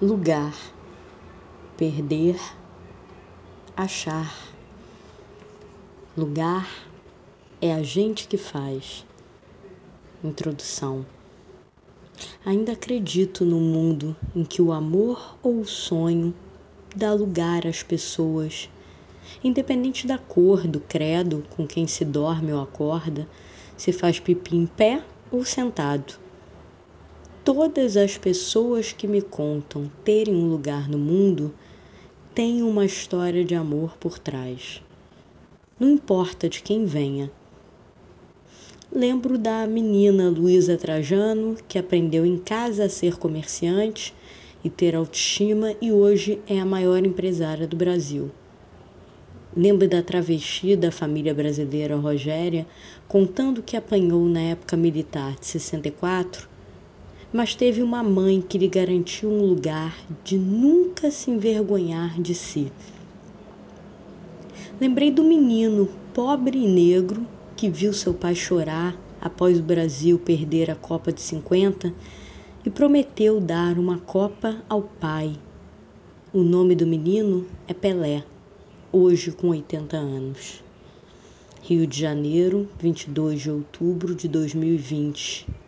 Lugar, perder, achar. Lugar é a gente que faz. Introdução. Ainda acredito no mundo em que o amor ou o sonho dá lugar às pessoas, independente da cor, do credo com quem se dorme ou acorda, se faz pipi em pé ou sentado. Todas as pessoas que me contam terem um lugar no mundo têm uma história de amor por trás. Não importa de quem venha. Lembro da menina Luísa Trajano, que aprendeu em casa a ser comerciante e ter autoestima e hoje é a maior empresária do Brasil. Lembro da travesti da família brasileira Rogéria, contando que apanhou na época militar de 64, mas teve uma mãe que lhe garantiu um lugar de nunca se envergonhar de si. Lembrei do menino pobre e negro que viu seu pai chorar após o Brasil perder a Copa de 50 e prometeu dar uma Copa ao pai. O nome do menino é Pelé, hoje com 80 anos. Rio de Janeiro, 22 de outubro de 2020.